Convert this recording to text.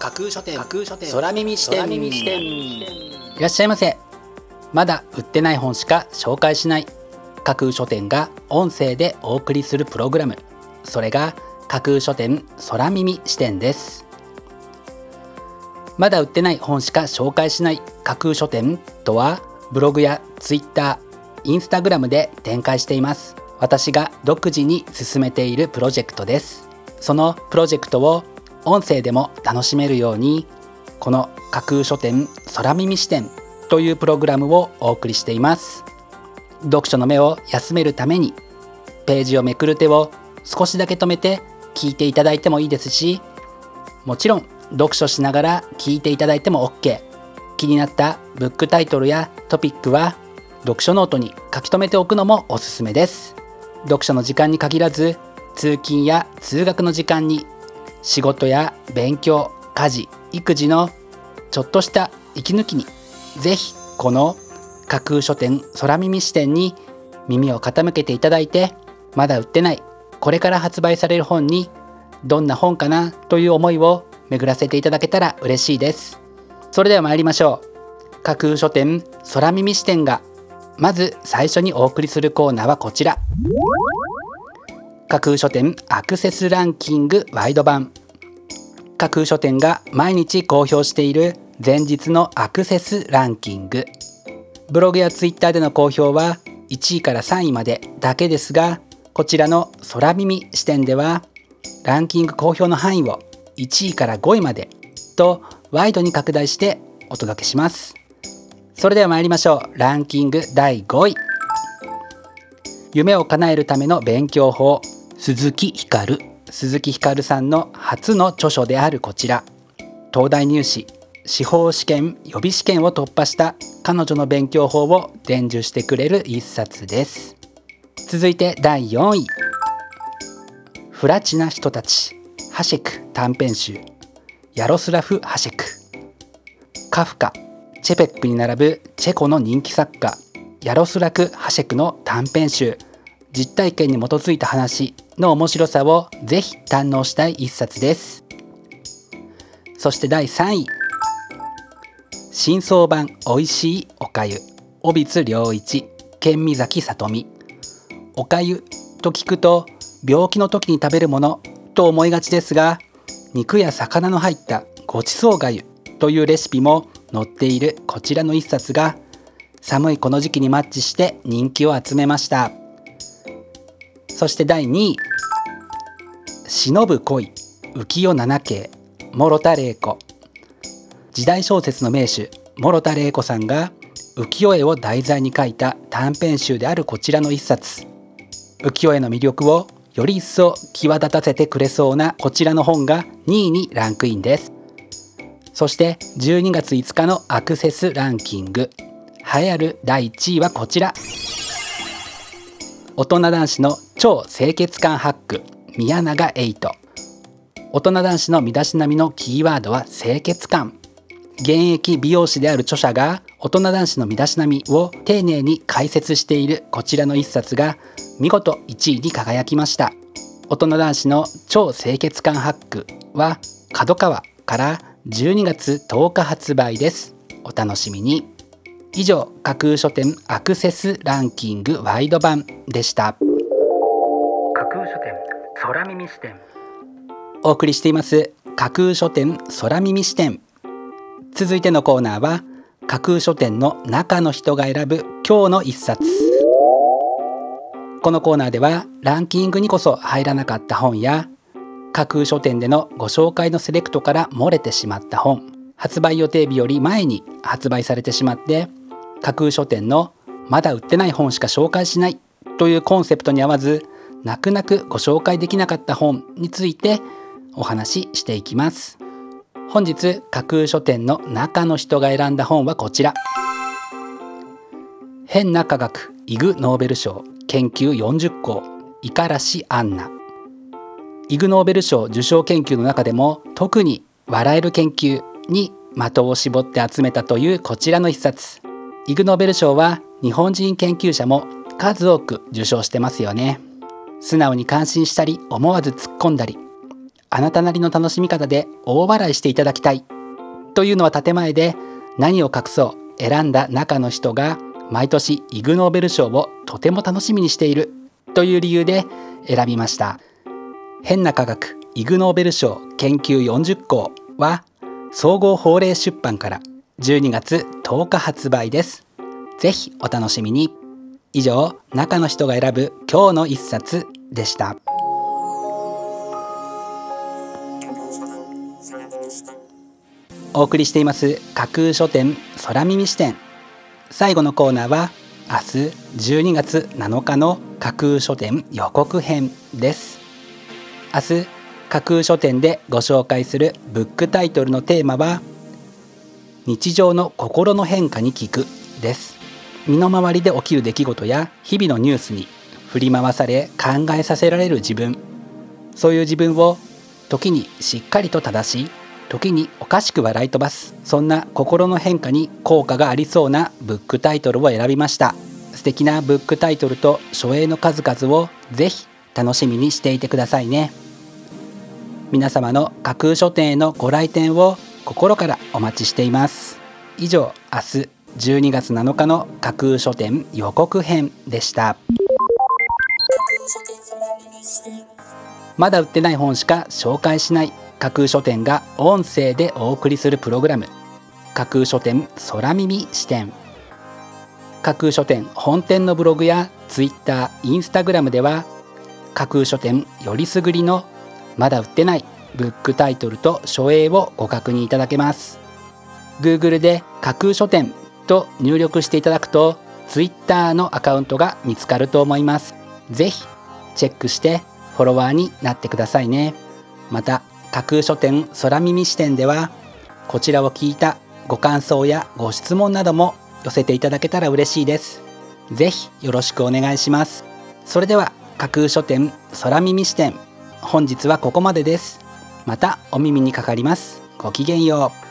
架空書店空耳視点。 いらっしゃいませ。まだ売ってない本しか紹介しない架空書店が音声でお送りするプログラム、それが架空書店空耳視点です。まだ売ってない本しか紹介しない架空書店とは、ブログやツイッター、インスタグラムで展開しています。私が独自に進めているプロジェクトです。そのプロジェクトを音声でも楽しめるように、この架空書店空耳視点というプログラムをお送りしています。読書の目を休めるために、ページをめくる手を少しだけ止めて聞いていただいてもいいですし、もちろん読書しながら聞いていただいても OK。 気になったブックタイトルやトピックは読書ノートに書き留めておくのもおすすめです。読書の時間に限らず、通勤や通学の時間に、仕事や勉強、家事、育児のちょっとした息抜きに、ぜひこの架空書店空耳視点に耳を傾けていただいて、まだ売ってない、これから発売される本にどんな本かなという思いを巡らせていただけたら嬉しいです。それでは参りましょう。架空書店空耳視点がまず最初にお送りするコーナーはこちら。架空書店アクセスランキングワイド版。架空書店が毎日公表している前日のアクセスランキング。ブログやツイッターでの公表は1位から3位までだけですが、こちらの空耳視点ではランキング公表の範囲を1位から5位までとワイドに拡大してお届けします。それでは参りましょう。ランキング第5位。夢を叶えるための勉強法、鈴木ひかるさんの初の著書であるこちら。東大入試、司法試験、予備試験を突破した彼女の勉強法を伝授してくれる一冊です。続いて第4位。不埒な人たち、ハシェク短編集、ヤロスラフ・ハシェク。カフカ、チェペックに並ぶチェコの人気作家ヤロスラフ・ハシェクの短編集、実体験に基づいた話の面白さをぜひ堪能したい一冊です。そして第3位。新装版おいしいおかゆ、小光良一、剣見崎里美。おかゆと聞くと病気の時に食べるものと思いがちですが、肉や魚の入ったごちそうがゆというレシピも載っているこちらの一冊が、寒いこの時期にマッチして人気を集めました。そして第2位。忍ぶ恋、浮世七景、諸田玲子。時代小説の名手諸田玲子さんが浮世絵を題材に書いた短編集であるこちらの一冊。浮世絵の魅力をより一層際立たせてくれそうなこちらの本が2位にランクインです。そして12月5日のアクセスランキング、栄えある第1位はこちら。大人男子の超清潔感ハック、宮永エイト。大人男子の身だしなみのキーワードは清潔感。現役美容師である著者が大人男子の身だしなみを丁寧に解説しているこちらの一冊が見事1位に輝きました。大人男子の超清潔感ハックは角川から12月10日発売です。お楽しみに。以上、架空書店アクセスランキングワイド版でした。架空書店空耳視点、お送りしています架空書店空耳視点。続いてのコーナーは架空書店の中の人が選ぶ今日の一冊。このコーナーではランキングにこそ入らなかった本や、架空書店でのご紹介のセレクトから漏れてしまった本、発売予定日より前に発売されてしまって架空書店のまだ売ってない本しか紹介しないというコンセプトに合わず、泣く泣くご紹介できなかった本についてお話ししていきます。本日架空書店の中の人が選んだ本はこちら。変な科学イグ・ノーベル賞研究40項、五十嵐アンナ。イグ・ノーベル賞受賞研究の中でも特に笑える研究に的を絞って集めたというこちらの一冊。イグ・ノーベル賞は日本人研究者も数多く受賞してますよね。素直に感心したり思わず突っ込んだり、 あなたなりの楽しみ方で大笑いしていただきたいというのは建前で、何を隠そう選んだ中の人が毎年イグ・ノーベル賞をとても楽しみにしているという理由で選びました。変な科学イグ・ノーベル賞研究40項は総合法令出版から12月10日発売です。ぜひお楽しみに。以上、中の人が選ぶ今日の一冊でした。お送りしています架空書店空耳視点。最後のコーナーは明日12月7日の架空書店予告編です。明日架空書店でご紹介するブックタイトルのテーマは日常の心の変化に聞くです。身の回りで起きる出来事や日々のニュースに振り回され考えさせられる自分、そういう自分を時にしっかりと正し、時におかしく笑い飛ばす、そんな心の変化に効果がありそうなブックタイトルを選びました。素敵なブックタイトルと書影の数々をぜひ楽しみにしていてくださいね。皆様の架空書店へのご来店を心からお待ちしています。以上、明日12月7日の架空書店予告編でした。まだ売ってない本しか紹介しない架空書店が音声でお送りするプログラム、架空書店空耳視点。架空書店本店のブログやツイッター、インスタグラムでは架空書店よりすぐりのまだ売ってないブックタイトルと書影をご確認いただけます。 Google で架空書店と入力していただくと Twitter のアカウントが見つかると思います。ぜひチェックしてフォロワーになってくださいね。また架空書店空耳視点ではこちらを聞いたご感想やご質問なども寄せていただけたら嬉しいです。ぜひよろしくお願いします。それでは架空書店空耳視点、本日はここまでです。またお耳にかかります。ごきげんよう。